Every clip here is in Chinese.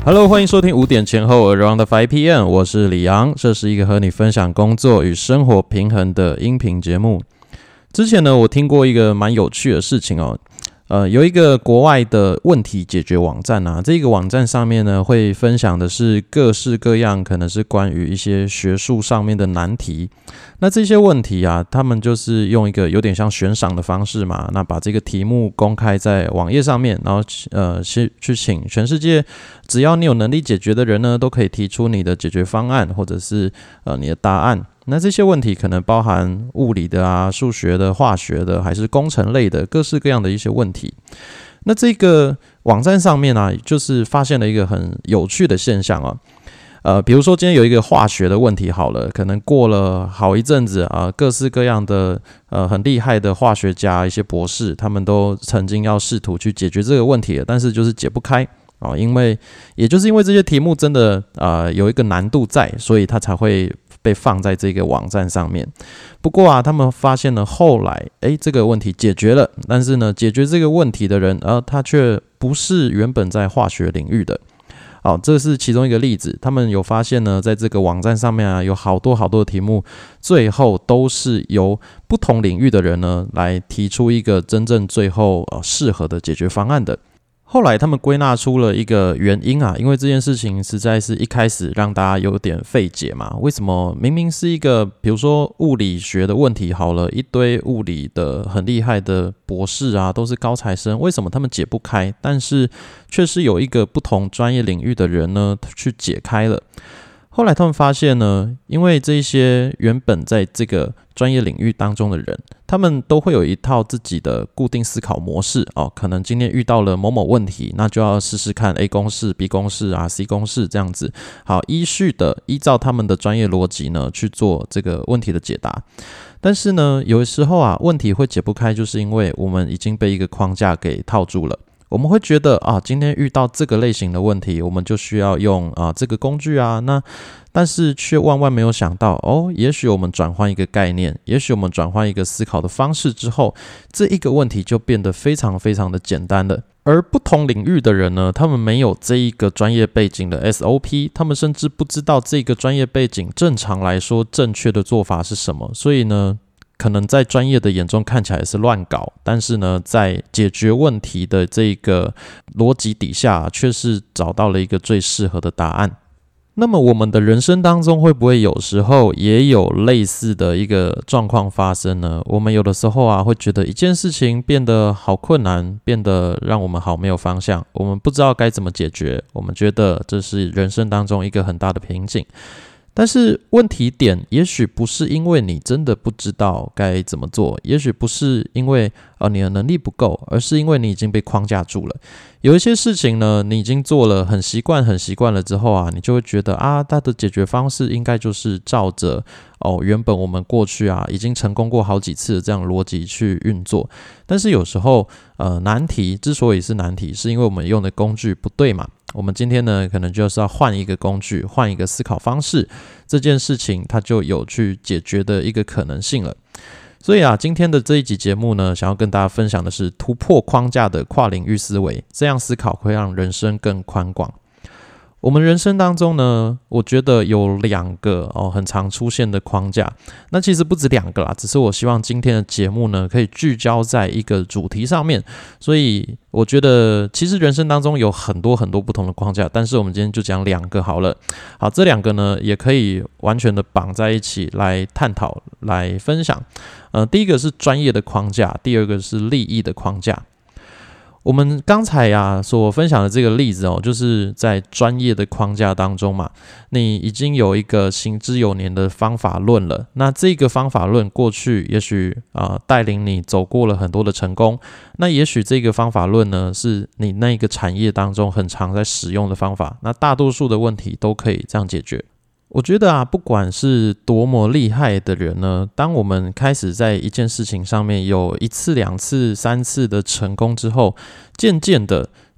Hello， 欢迎收听5点前后 Around 5 PM， 我是李昂，这是一个和你分享工作与生活平衡的音频节目。之前呢，我听过一个蛮有趣的事情哦。有一个国外的问题解决网站啊，这个网站上面呢会分享的是各式各样，可能是关于一些学术上面的难题。那这些问题啊，他们就是用一个有点像悬赏的方式嘛，那把这个题目公开在网页上面，然后去请全世界只要你有能力解决的人呢，都可以提出你的解决方案或者是你的答案。那这些问题可能包含物理的啊、数学的、化学的，还是工程类的，各式各样的一些问题。那这个网站上面啊，就是发现了一个很有趣的现象啊。比如说今天有一个化学的问题好了，可能过了好一阵子啊，各式各样的很厉害的化学家、一些博士，他们都曾经要试图去解决这个问题了，但是就是解不开。也就是因为这些题目真的有一个难度在，所以它才会被放在这个网站上面。不过啊，他们发现了后来，这个问题解决了，但是呢，解决这个问题的人，他却不是原本在化学领域的。好，这是其中一个例子。他们有发现呢，在这个网站上面啊，有好多的题目，最后都是由不同领域的人呢来提出一个真正最后适合的解决方案的。后来他们归纳出了一个原因啊，因为这件事情实在是一开始让大家有点费解嘛。为什么明明是一个比如说物理学的问题好了，一堆物理的很厉害的博士啊，都是高材生，为什么他们解不开，但是却是有一个不同专业领域的人呢去解开了。后来他们发现呢，因为这些原本在这个专业领域当中的人，他们都会有一套自己的固定思考模式可能今天遇到了某某问题，那就要试试看 A 公式、B 公式啊、C 公式这样子，好，依照他们的专业逻辑呢去做这个问题的解答。但是呢，有的时候啊，问题会解不开，就是因为我们已经被一个框架给套住了。我们会觉得今天遇到这个类型的问题，我们就需要用这个工具啊，但是却万万没有想到也许我们转换一个概念，也许我们转换一个思考的方式之后，这一个问题就变得非常非常的简单了。而不同领域的人呢，他们没有这一个专业背景的 SOP， 他们甚至不知道这个专业背景正常来说正确的做法是什么，所以呢可能在专业的眼中看起来是乱搞，但是呢，在解决问题的这个逻辑底下，却是找到了一个最适合的答案。那么我们的人生当中会不会有时候也有类似的一个状况发生呢？我们有的时候会觉得一件事情变得好困难，变得让我们好没有方向，我们不知道该怎么解决，我们觉得这是人生当中一个很大的瓶颈。但是问题点也许不是因为你真的不知道该怎么做，也许不是因为你的能力不够，而是因为你已经被框架住了。有一些事情呢，你已经做了很习惯了之后你就会觉得它的解决方式应该就是照着原本我们过去已经成功过好几次的这样逻辑去运作。但是有时候难题之所以是难题，是因为我们用的工具不对嘛。我们今天呢，可能就是要换一个工具，换一个思考方式，这件事情它就有去解决的一个可能性了。所以今天的这一集节目呢，想要跟大家分享的是突破框架的跨领域思维，这样思考会让人生更宽广。我们人生当中呢，我觉得有两个很常出现的框架，那其实不止两个啦，只是我希望今天的节目呢可以聚焦在一个主题上面，所以我觉得其实人生当中有很多不同的框架，但是我们今天就讲两个好了。好，这两个呢也可以完全的绑在一起来探讨来分享。第一个是专业的框架，第二个是利益的框架。我们刚才所分享的这个例子就是在专业的框架当中嘛，你已经有一个行之有年的方法论了，那这个方法论过去也许带领你走过了很多的成功，那也许这个方法论呢是你那个产业当中很常在使用的方法，那大多数的问题都可以这样解决。我觉得不管是多么厉害的人呢，当我们开始在一件事情上面有1次、2次、3次的成功之后，渐渐的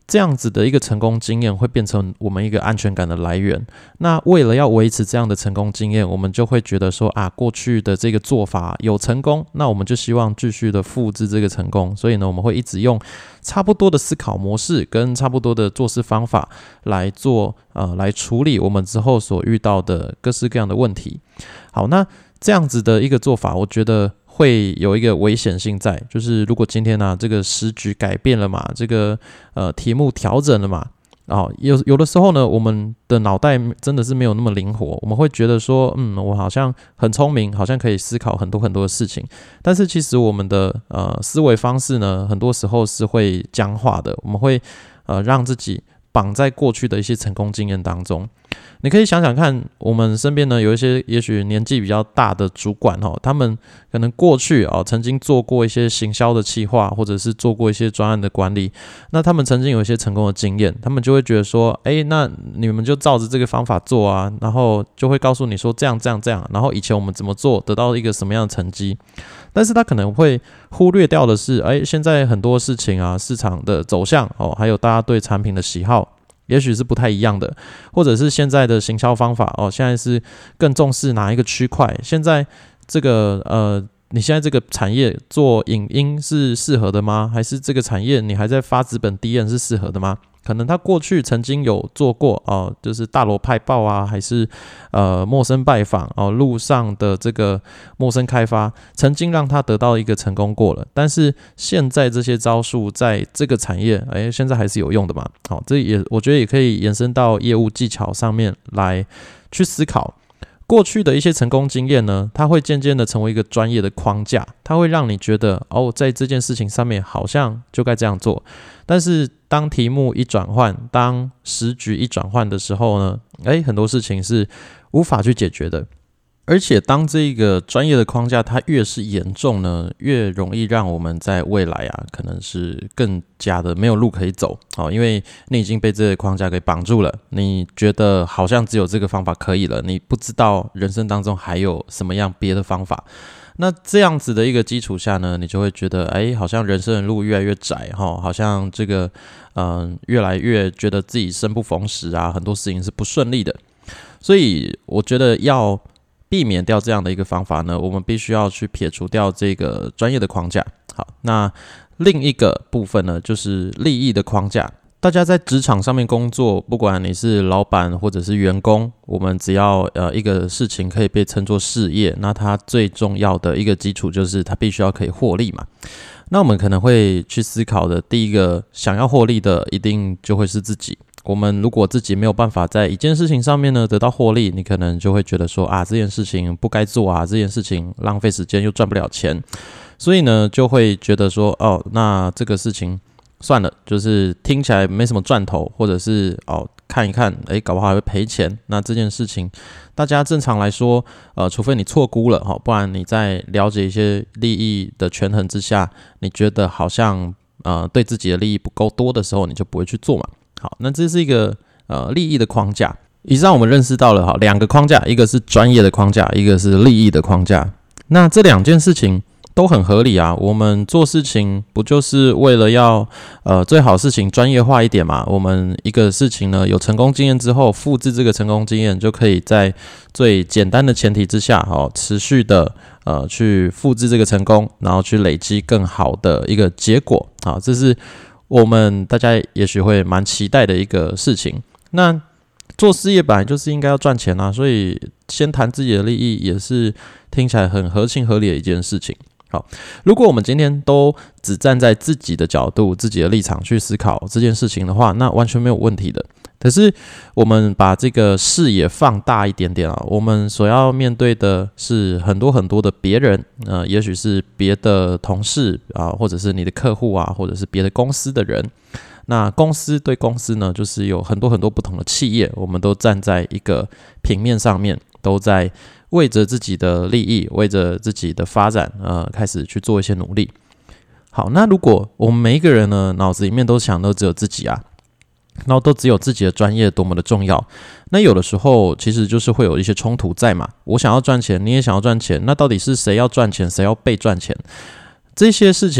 这样子的一个成功经验会变成我们一个安全感的来源。那为了要维持这样的成功经验，我们就会觉得说过去的这个做法有成功，那我们就希望继续的复制这个成功。所以呢，我们会一直用差不多的思考模式跟差不多的做事方法来来处理我们之后所遇到的各式各样的问题。好，那这样子的一个做法，我觉得会有一个危险性在，就是如果今天这个时局改变了嘛，这个题目调整了嘛，有的时候呢，我们的脑袋真的是没有那么灵活，我们会觉得说，我好像很聪明，好像可以思考很多很多的事情，但是其实我们的思维方式呢，很多时候是会僵化的，我们会让自己绑在过去的一些成功经验当中。你可以想想看，我们身边呢有一些也许年纪比较大的主管他们可能过去曾经做过一些行销的企划，或者是做过一些专案的管理，那他们曾经有一些成功的经验，他们就会觉得说，那你们就照着这个方法做啊，然后就会告诉你说这样，然后以前我们怎么做得到一个什么样的成绩。但是他可能会忽略掉的是，现在很多事情市场的走向还有大家对产品的喜好也许是不太一样的，或者是现在的行销方法现在是更重视哪一个区块，现在这个你现在这个产业做影音是适合的吗？还是这个产业你还在发纸本 DM 是适合的吗？可能他过去曾经有做过就是大罗派报还是陌生拜访路上的这个陌生开发，曾经让他得到一个成功过了，但是现在这些招数在这个产业现在还是有用的嘛。这我觉得也可以延伸到业务技巧上面来去思考。过去的一些成功经验呢，它会渐渐的成为一个专业的框架，它会让你觉得在这件事情上面好像就该这样做。但是当题目一转换，当时局一转换的时候呢，很多事情是无法去解决的。而且当这个专业的框架它越是严重呢，越容易让我们在未来可能是更加的没有路可以走因为你已经被这个框架给绑住了，你觉得好像只有这个方法可以了，你不知道人生当中还有什么样别的方法。那这样子的一个基础下呢，你就会觉得好像人生的路越来越窄好像这个越来越觉得自己生不逢时很多事情是不顺利的。所以我觉得要避免掉这样的一个方法呢，我们必须要去撇除掉这个专业的框架。好，那另一个部分呢，就是利益的框架。大家在职场上面工作，不管你是老板或者是员工，我们只要一个事情可以被称作事业，那它最重要的一个基础就是它必须要可以获利嘛。那我们可能会去思考的第一个想要获利的一定就会是自己。我们如果自己没有办法在一件事情上面呢得到获利，你可能就会觉得说这件事情不该做这件事情浪费时间又赚不了钱，所以呢就会觉得说那这个事情算了，就是听起来没什么赚头，或者是看一看搞不好还会赔钱。那这件事情大家正常来说除非你错估了不然你在了解一些利益的权衡之下，你觉得好像对自己的利益不够多的时候，你就不会去做嘛。好，那这是一个利益的框架。以上我们认识到了两个框架，一个是专业的框架，一个是利益的框架。那这两件事情都很合理我们做事情不就是为了要最好事情专业化一点嘛？我们一个事情呢有成功经验之后，复制这个成功经验，就可以在最简单的前提之下持续的去复制这个成功，然后去累积更好的一个结果。好，这是我们大家也许会蛮期待的一个事情。那做事业本来就是应该要赚钱所以先谈自己的利益也是听起来很合情合理的一件事情。好，如果我们今天都只站在自己的角度、自己的立场去思考这件事情的话，那完全没有问题的。可是我们把这个视野放大一点点我们所要面对的是很多很多的别人也许是别的同事或者是你的客户或者是别的公司的人。那公司对公司呢，就是有很多很多不同的企业，我们都站在一个平面上面，都在为着自己的利益，为着自己的发展开始去做一些努力。好，那如果我们每一个人呢脑子里面都想都只有自己然后都只有自己的专业多么的重要，那有的时候其实就是会有一些冲突在嘛。我想要赚钱，你也想要赚钱，那到底是谁要赚钱，谁要被赚钱？这些事情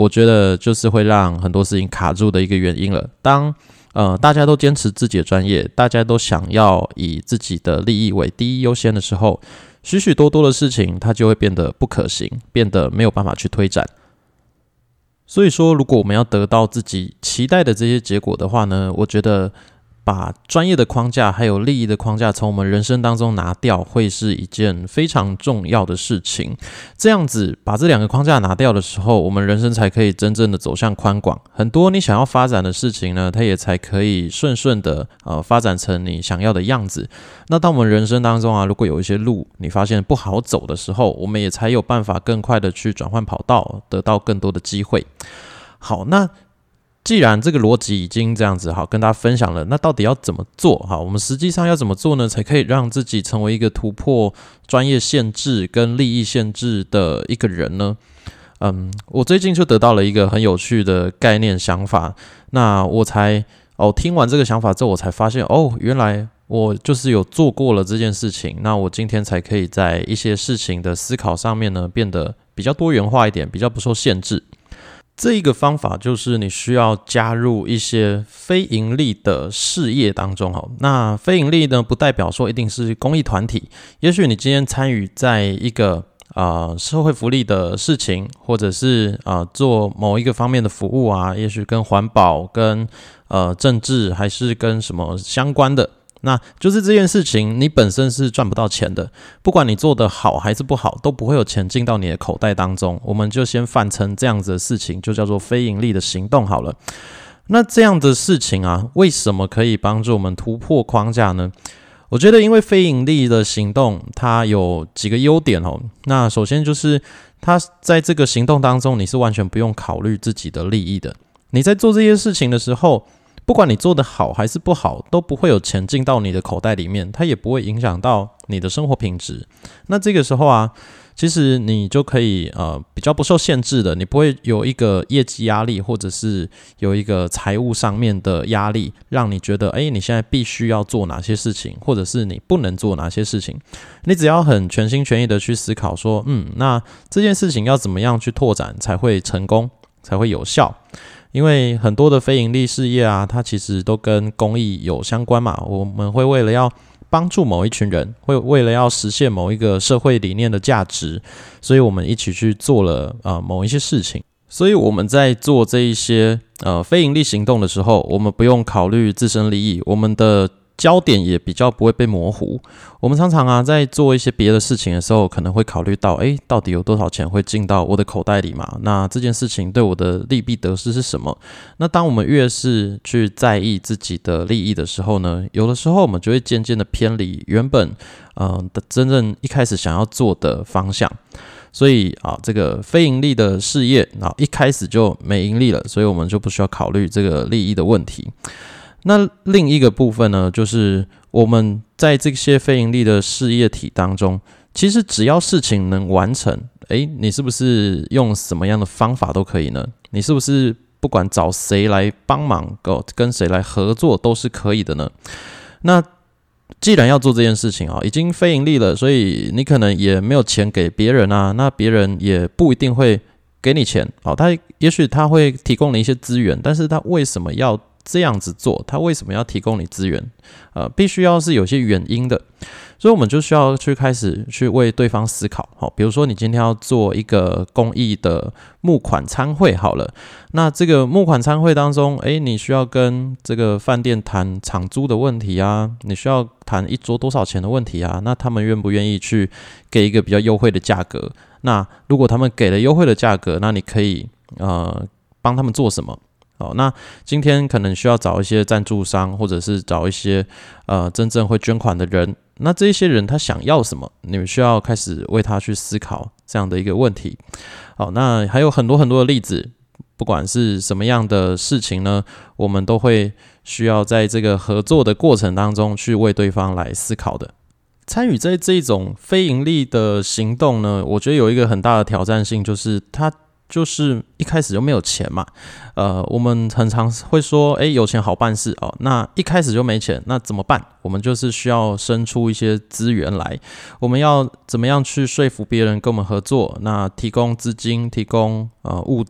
我觉得就是会让很多事情卡住的一个原因了。当大家都坚持自己的专业，大家都想要以自己的利益为第一优先的时候，许许多多的事情它就会变得不可行，变得没有办法去推展。所以说，如果我们要得到自己期待的这些结果的话呢，我觉得把专业的框架还有利益的框架从我们人生当中拿掉，会是一件非常重要的事情。这样子把这两个框架拿掉的时候，我们人生才可以真正的走向宽广。很多你想要发展的事情呢，它也才可以顺顺的发展成你想要的样子。那当我们人生当中啊，如果有一些路你发现不好走的时候，我们也才有办法更快的去转换跑道，得到更多的机会。好，那既然这个逻辑已经这样子好跟大家分享了，那到底要怎么做？好，我们实际上要怎么做呢？才可以让自己成为一个突破专业限制跟利益限制的一个人呢？我最近就得到了一个很有趣的概念想法，那我才听完这个想法之后，我才发现原来我就是有做过了这件事情，那我今天才可以在一些事情的思考上面呢，变得比较多元化一点，比较不受限制。这一个方法就是你需要加入一些非盈利的事业当中。那非盈利呢，不代表说一定是公益团体，也许你今天参与在一个社会福利的事情，或者是做某一个方面的服务啊，也许跟环保、跟政治还是跟什么相关的。那就是这件事情你本身是赚不到钱的，不管你做得好还是不好，都不会有钱进到你的口袋当中。我们就先泛称这样子的事情就叫做非盈利的行动好了。那这样的事情啊，为什么可以帮助我们突破框架呢？我觉得因为非盈利的行动它有几个优点那首先就是它在这个行动当中你是完全不用考虑自己的利益的。你在做这些事情的时候，不管你做得好还是不好，都不会有钱进到你的口袋里面，它也不会影响到你的生活品质。那这个时候啊，其实你就可以比较不受限制的，你不会有一个业绩压力，或者是有一个财务上面的压力，让你觉得你现在必须要做哪些事情，或者是你不能做哪些事情。你只要很全心全意的去思考说，那这件事情要怎么样去拓展才会成功，才会有效。因为很多的非盈利事业啊，它其实都跟公益有相关嘛。我们会为了要帮助某一群人，会为了要实现某一个社会理念的价值，所以我们一起去做了某一些事情。所以我们在做这一些非盈利行动的时候，我们不用考虑自身利益，我们的焦点也比较不会被模糊。我们常常在做一些别的事情的时候，可能会考虑到到底有多少钱会进到我的口袋里嘛？那这件事情对我的利弊得失是什么？那当我们越是去在意自己的利益的时候呢，有的时候我们就会渐渐的偏离原本的真正一开始想要做的方向。所以这个非盈利的事业一开始就没盈利了，所以我们就不需要考虑这个利益的问题。那另一个部分呢，就是我们在这些非盈利的事业体当中，其实只要事情能完成，你是不是用什么样的方法都可以呢？你是不是不管找谁来帮忙，跟谁来合作都是可以的呢？那既然要做这件事情已经非盈利了，所以你可能也没有钱给别人啊，那别人也不一定会给你钱也许他会提供你一些资源，但是他为什么要这样子做？他为什么要提供你资源？必须要是有些原因的，所以我们就需要去开始去为对方思考。比如说你今天要做一个公益的募款餐会好了，那这个募款餐会当中，你需要跟这个饭店谈场租的问题啊，你需要谈一桌多少钱的问题啊，那他们愿不愿意去给一个比较优惠的价格？那如果他们给了优惠的价格，那你可以帮他们做什么？那今天可能需要找一些赞助商，或者是找一些真正会捐款的人。那这些人他想要什么？你们需要开始为他去思考这样的一个问题。好，那还有很多很多的例子，不管是什么样的事情呢，我们都会需要在这个合作的过程当中去为对方来思考的。参与在这种非盈利的行动呢，我觉得有一个很大的挑战性，就是它就是一开始就没有钱嘛。我们很常会说有钱好办事那一开始就没钱，那怎么办？我们就是需要生出一些资源来，我们要怎么样去说服别人跟我们合作，那提供资金，提供物资，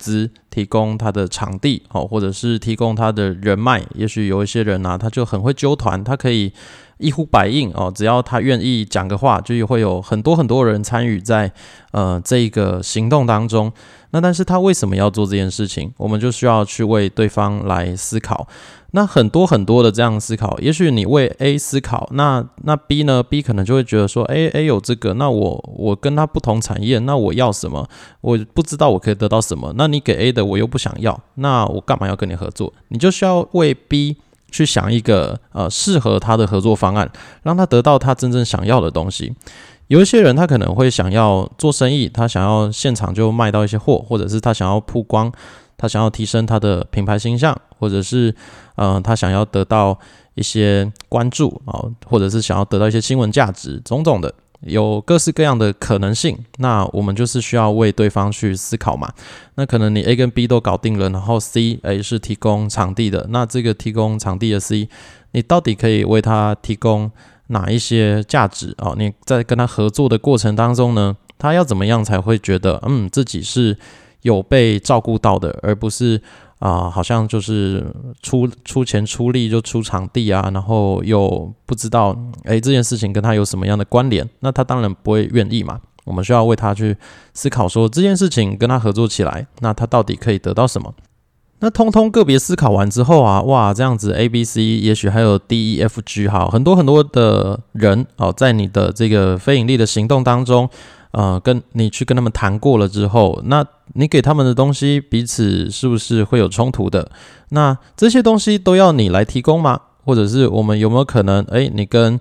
提供他的场地或者是提供他的人脉。也许有一些人他就很会揪团，他可以一呼百应只要他愿意讲个话，就会有很多人参与在这个行动当中。那但是他为什么要做这件事情，我们就需要去为对方来思考。那很多的这样思考，也许你为 A 思考，那 B 呢 ？B 可能就会觉得说，A 有这个，那我跟他不同产业，那我要什么？我不知道我可以得到什么。那你给 A 的我又不想要，那我干嘛要跟你合作？你就需要为 B 去想一个适合他的合作方案，让他得到他真正想要的东西。有一些人他可能会想要做生意，他想要现场就卖到一些货，或者是他想要曝光，他想要提升他的品牌形象，或者是他想要得到一些关注或者是想要得到一些新闻价值，种种的，有各式各样的可能性。那我们就是需要为对方去思考嘛。那可能你 A 跟 B 都搞定了，然后 C 是提供场地的，那这个提供场地的 C， 你到底可以为他提供哪一些价值你在跟他合作的过程当中呢，他要怎么样才会觉得自己是有被照顾到的，而不是好像就是出钱出力就出场地然后又不知道这件事情跟他有什么样的关联，那他当然不会愿意嘛。我们需要为他去思考说，这件事情跟他合作起来，那他到底可以得到什么。那通通个别思考完之后哇，这样子 A、B、C 也许还有 D、E、F、G 很多的人在你的这个非盈利的行动当中跟你去跟他们谈过了之后，那你给他们的东西彼此是不是会有冲突的？那这些东西都要你来提供吗？或者是我们有没有可能你跟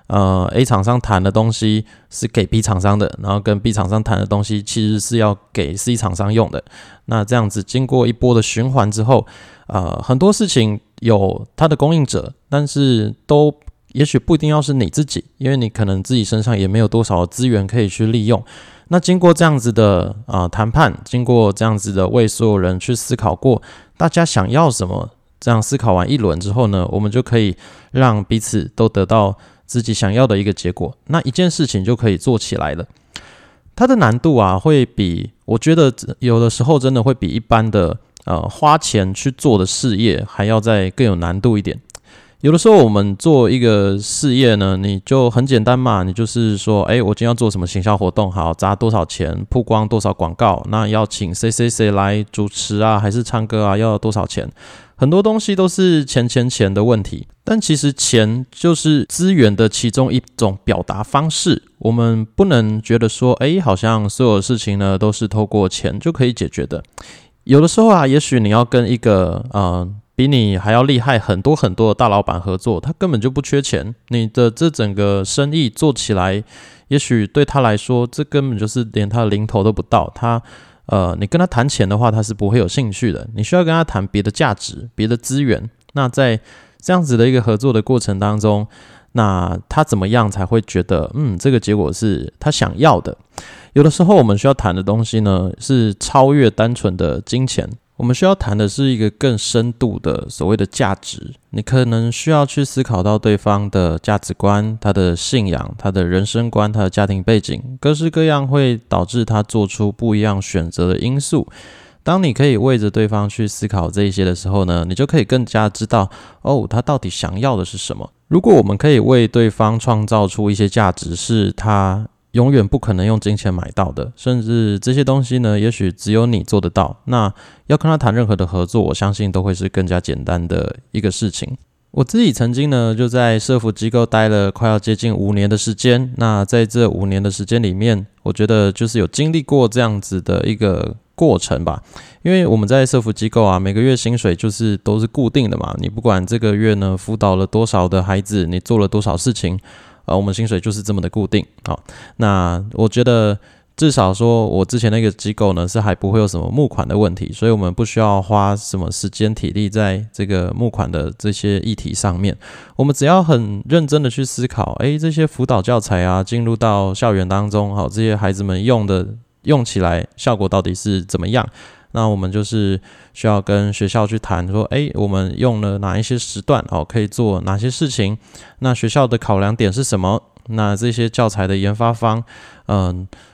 A 厂商谈的东西是给 B 厂商的，然后跟 B 厂商谈的东西其实是要给 C 厂商用的。那这样子经过一波的循环之后很多事情有它的供应者，但是都也许不一定要是你自己，因为你可能自己身上也没有多少资源可以去利用。那经过这样子的谈判，经过这样子的为所有人去思考过大家想要什么，这样思考完一轮之后呢，我们就可以让彼此都得到自己想要的一个结果，那一件事情就可以做起来了。它的难度会比，我觉得有的时候真的会比一般的花钱去做的事业还要再更有难度一点。有的时候我们做一个事业呢，你就很简单嘛，你就是说我今天要做什么行销活动，好，砸多少钱，曝光多少广告，那要请谁来主持还是唱歌要多少钱，很多东西都是钱的问题。但其实钱就是资源的其中一种表达方式，我们不能觉得说好像所有事情呢都是透过钱就可以解决的。有的时候也许你要跟一个比你还要厉害很多的大老板合作，他根本就不缺钱，你的这整个生意做起来，也许对他来说这根本就是连他的零头都不到，你跟他谈钱的话，他是不会有兴趣的。你需要跟他谈别的价值、别的资源。那在这样子的一个合作的过程当中，那他怎么样才会觉得这个结果是他想要的？有的时候我们需要谈的东西呢，是超越单纯的金钱。我们需要谈的是一个更深度的所谓的价值，你可能需要去思考到对方的价值观、他的信仰、他的人生观、他的家庭背景，各式各样会导致他做出不一样选择的因素。当你可以为着对方去思考这一些的时候呢，你就可以更加知道他到底想要的是什么。如果我们可以为对方创造出一些价值，是他永远不可能用金钱买到的，甚至这些东西呢，也许只有你做得到，那要跟他谈任何的合作，我相信都会是更加简单的一个事情。我自己曾经呢，就在社福机构待了快要接近5年的时间，那在这5年的时间里面，我觉得就是有经历过这样子的一个过程吧。因为我们在社福机构每个月薪水就是都是固定的嘛，你不管这个月呢辅导了多少的孩子，你做了多少事情，我们薪水就是这么的固定。好，那我觉得至少说我之前那个机构呢是还不会有什么募款的问题，所以我们不需要花什么时间体力在这个募款的这些议题上面，我们只要很认真的去思考这些辅导教材进入到校园当中，好，这些孩子们用起来效果到底是怎么样，那我们就是需要跟学校去谈说我们用了哪一些时段可以做哪些事情，那学校的考量点是什么，那这些教材的研发方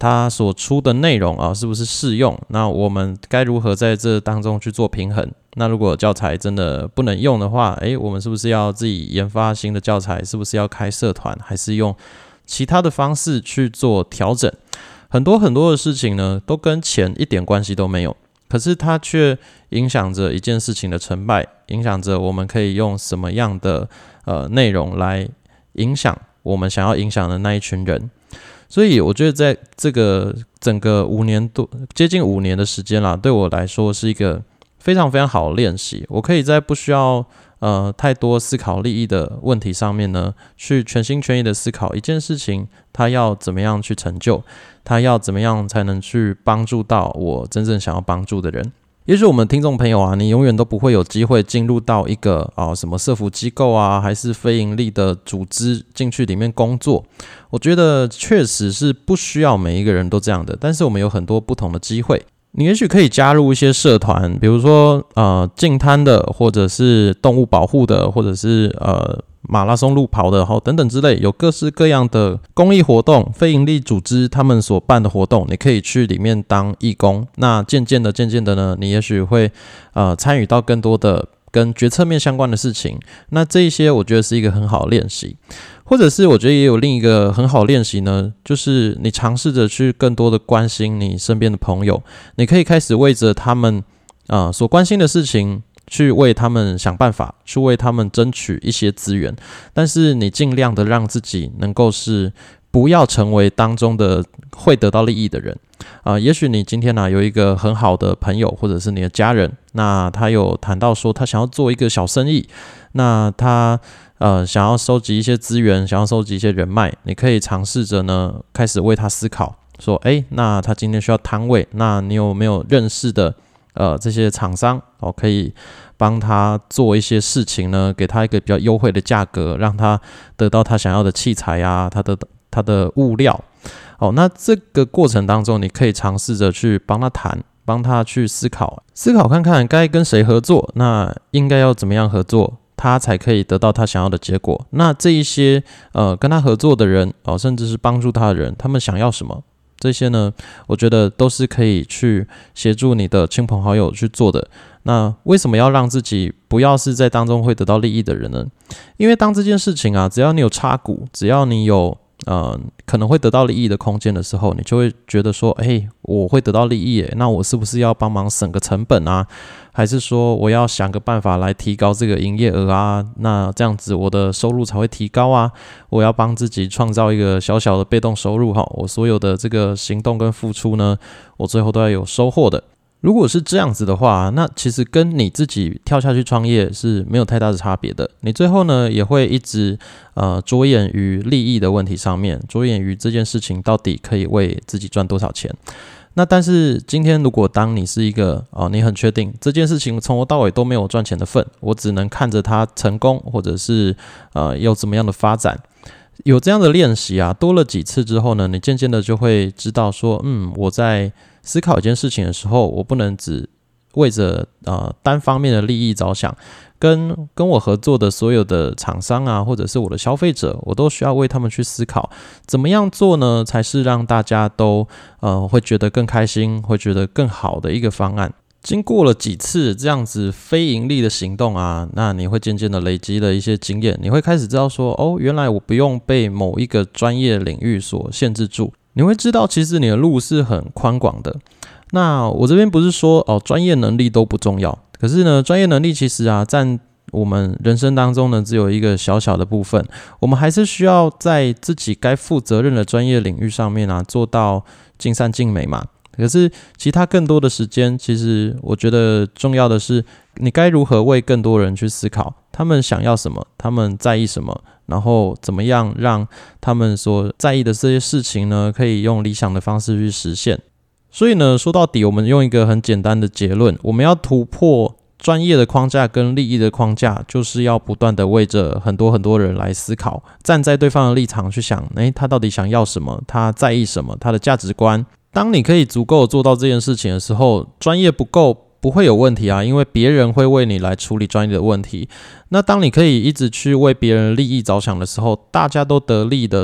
它所出的内容啊，是不是适用？那我们该如何在这当中去做平衡？那如果教材真的不能用的话，我们是不是要自己研发新的教材？是不是要开社团？还是用其他的方式去做调整？很多很多的事情呢，都跟钱一点关系都没有，可是它却影响着一件事情的成败，影响着我们可以用什么样的内容来影响我们想要影响的那一群人。所以我觉得在这个整个接近5年的时间啦，对我来说是一个非常非常好的练习。我可以在不需要太多思考利益的问题上面呢，去全心全意的思考一件事情，它要怎么样去成就，它要怎么样才能去帮助到我真正想要帮助的人。也许我们听众朋友啊，你永远都不会有机会进入到一个什么社福机构啊，还是非营利的组织进去里面工作。我觉得确实是不需要每一个人都这样的，但是我们有很多不同的机会。你也许可以加入一些社团，比如说净滩的，或者是动物保护的，或者是马拉松路跑的等等之类，有各式各样的公益活动，非营利组织他们所办的活动，你可以去里面当义工。那渐渐的呢，你也许会参与到更多的跟决策面相关的事情。那这一些我觉得是一个很好的练习。或者是我觉得也有另一个很好的练习呢，就是你尝试着去更多的关心你身边的朋友，你可以开始为着他们所关心的事情去为他们想办法，去为他们争取一些资源，但是你尽量的让自己能够是不要成为当中的会得到利益的人。也许你今天有一个很好的朋友或者是你的家人，那他有谈到说他想要做一个小生意，那他想要收集一些资源，想要收集一些人脉，你可以尝试着呢开始为他思考，说那他今天需要摊位，那你有没有认识的这些厂商可以帮他做一些事情呢，给他一个比较优惠的价格，让他得到他想要的器材啊，他的物料。那这个过程当中，你可以尝试着去帮他谈，帮他去思考看看该跟谁合作，那应该要怎么样合作，他才可以得到他想要的结果。那这一些跟他合作的人甚至是帮助他的人，他们想要什么？这些呢，我觉得都是可以去协助你的亲朋好友去做的。那为什么要让自己不要是在当中会得到利益的人呢？因为当这件事情只要你有插股，只要你有可能会得到利益的空间的时候，你就会觉得说我会得到利益耶，那我是不是要帮忙省个成本啊？还是说我要想个办法来提高这个营业额啊？那这样子我的收入才会提高啊？我要帮自己创造一个小小的被动收入我所有的这个行动跟付出呢，我最后都要有收获的。如果是这样子的话，那其实跟你自己跳下去创业是没有太大的差别的。你最后呢也会一直着眼于利益的问题上面，着眼于这件事情到底可以为自己赚多少钱。那但是今天如果当你是一个你很确定这件事情从头到尾都没有赚钱的份，我只能看着它成功，或者是有怎么样的发展，有这样的练习多了几次之后呢，你渐渐的就会知道说我在思考一件事情的时候，我不能只为着单方面的利益着想，跟我合作的所有的厂商或者是我的消费者，我都需要为他们去思考怎么样做呢，才是让大家都会觉得更开心，会觉得更好的一个方案。经过了几次这样子非盈利的行动那你会渐渐的累积了一些经验，你会开始知道说原来我不用被某一个专业领域所限制住，你会知道其实你的路是很宽广的。那我这边不是说专业能力都不重要，可是呢专业能力其实占我们人生当中呢只有一个小小的部分，我们还是需要在自己该负责任的专业领域上面做到尽善尽美嘛。可是其他更多的时间，其实我觉得重要的是你该如何为更多人去思考，他们想要什么，他们在意什么，然后怎么样让他们所在意的这些事情呢可以用理想的方式去实现。所以呢说到底，我们用一个很简单的结论，我们要突破专业的框架跟利益的框架，就是要不断的为着很多很多人来思考，站在对方的立场去想他到底想要什么，他在意什么，他的价值观。当你可以足够做到这件事情的时候，专业不够不会有问题因为别人会为你来处理专业的问题。那当你可以一直去为别人的利益着想的时候，大家都得利的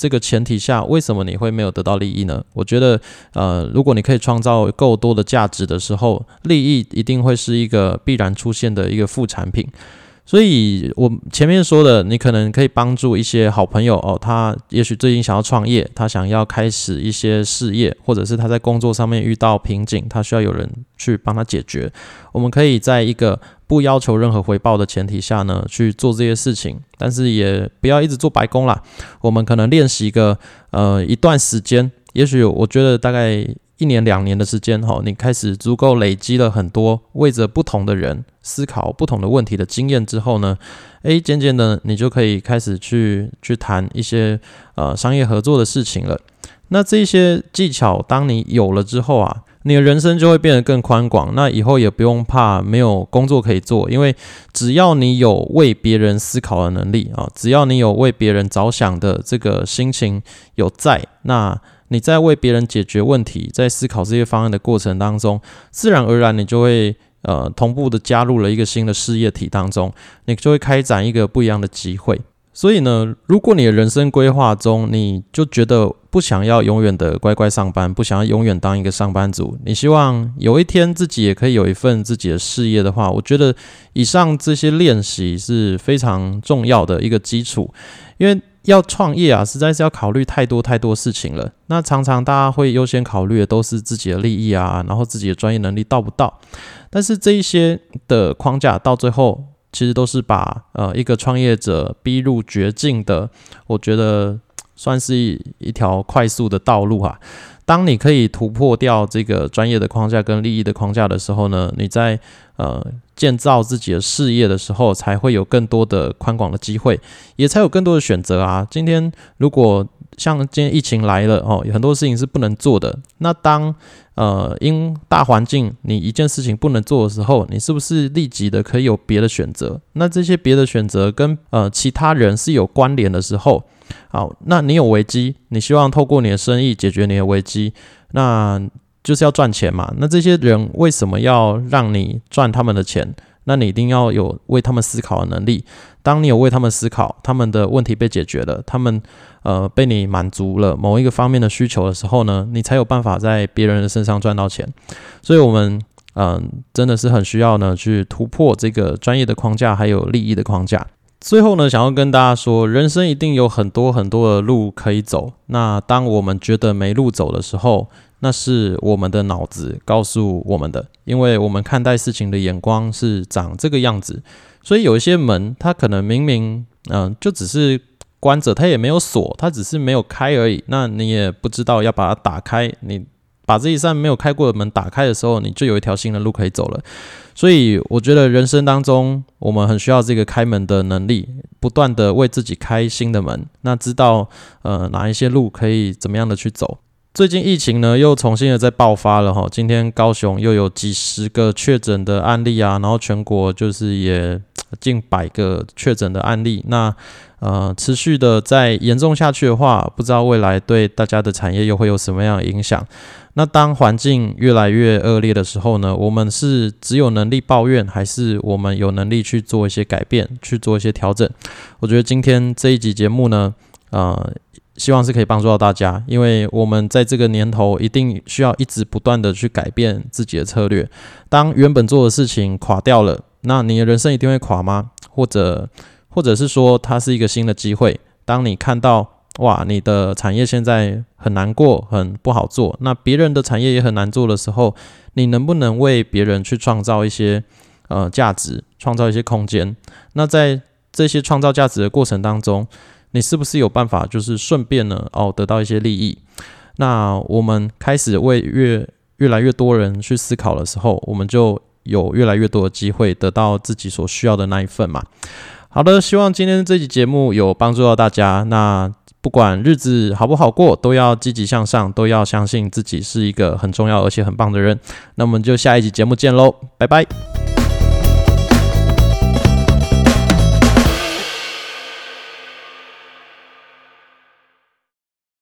这个前提下，为什么你会没有得到利益呢？我觉得如果你可以创造够多的价值的时候，利益一定会是一个必然出现的一个副产品。所以我前面说的，你可能可以帮助一些好朋友他也许最近想要创业，他想要开始一些事业，或者是他在工作上面遇到瓶颈，他需要有人去帮他解决。我们可以在一个不要求任何回报的前提下呢，去做这些事情，但是也不要一直做白工啦。我们可能练习一段时间，也许我觉得大概1年2年的时间，你开始足够累积了很多为着不同的人思考不同的问题的经验之后呢，渐渐的你就可以开始去谈一些商业合作的事情了。那这些技巧当你有了之后啊，你的人生就会变得更宽广，那以后也不用怕没有工作可以做，因为只要你有为别人思考的能力只要你有为别人着想的这个心情有在，那你在为别人解决问题，在思考这些方案的过程当中，自然而然你就会同步的加入了一个新的事业体当中，你就会开展一个不一样的机会。所以呢，如果你的人生规划中，你就觉得不想要永远的乖乖上班，不想要永远当一个上班族，你希望有一天自己也可以有一份自己的事业的话，我觉得以上这些练习是非常重要的一个基础。因为要创业啊，实在是要考虑太多事情了。那常常大家会优先考虑的都是自己的利益啊，然后自己的专业能力到不到。但是这一些的框架到最后其实都是把一个创业者逼入绝境的，我觉得算是一条快速的道路啊。当你可以突破掉这个专业的框架跟利益的框架的时候呢，你在建造自己的事业的时候，才会有更多的宽广的机会，也才有更多的选择啊。今天如果像今天疫情来了有很多事情是不能做的，那当因大环境你一件事情不能做的时候，你是不是立即的可以有别的选择？那这些别的选择跟其他人是有关联的时候，好，那你有危机，你希望透过你的生意解决你的危机，那就是要赚钱嘛。那这些人为什么要让你赚他们的钱？那你一定要有为他们思考的能力。当你有为他们思考，他们的问题被解决了，他们被你满足了某一个方面的需求的时候呢，你才有办法在别人的身上赚到钱。所以我们真的是很需要呢去突破这个专业的框架还有利益的框架。最后呢，想要跟大家说，人生一定有很多的路可以走。那当我们觉得没路走的时候，那是我们的脑子告诉我们的，因为我们看待事情的眼光是长这个样子。所以有一些门，它可能明明就只是关着，它也没有锁，它只是没有开而已。那你也不知道要把它打开，你把这一扇没有开过的门打开的时候，你就有一条新的路可以走了。所以我觉得人生当中，我们很需要这个开门的能力，不断的为自己开新的门，那知道哪一些路可以怎么样的去走。最近疫情呢又重新的在爆发了齁，今天高雄又有几十个确诊的案例啊，然后全国就是也近100个确诊的案例。那持续的再严重下去的话，不知道未来对大家的产业又会有什么样的影响。那当环境越来越恶劣的时候呢，我们是只有能力抱怨，还是我们有能力去做一些改变，去做一些调整？我觉得今天这一集节目呢希望是可以帮助到大家，因为我们在这个年头一定需要一直不断的去改变自己的策略。当原本做的事情垮掉了，那你的人生一定会垮吗？或者是说它是一个新的机会，当你看到哇，你的产业现在很难过，很不好做，那别人的产业也很难做的时候，你能不能为别人去创造一些价值，创造一些空间？那在这些创造价值的过程当中，你是不是有办法就是顺便呢得到一些利益？那我们开始为越来越多人去思考的时候，我们就有越来越多的机会得到自己所需要的那一份嘛。好的，希望今天这期节目有帮助到大家。那不管日子好不好过，都要积极向上，都要相信自己是一个很重要而且很棒的人。那我们就下一集节目见咯，拜拜。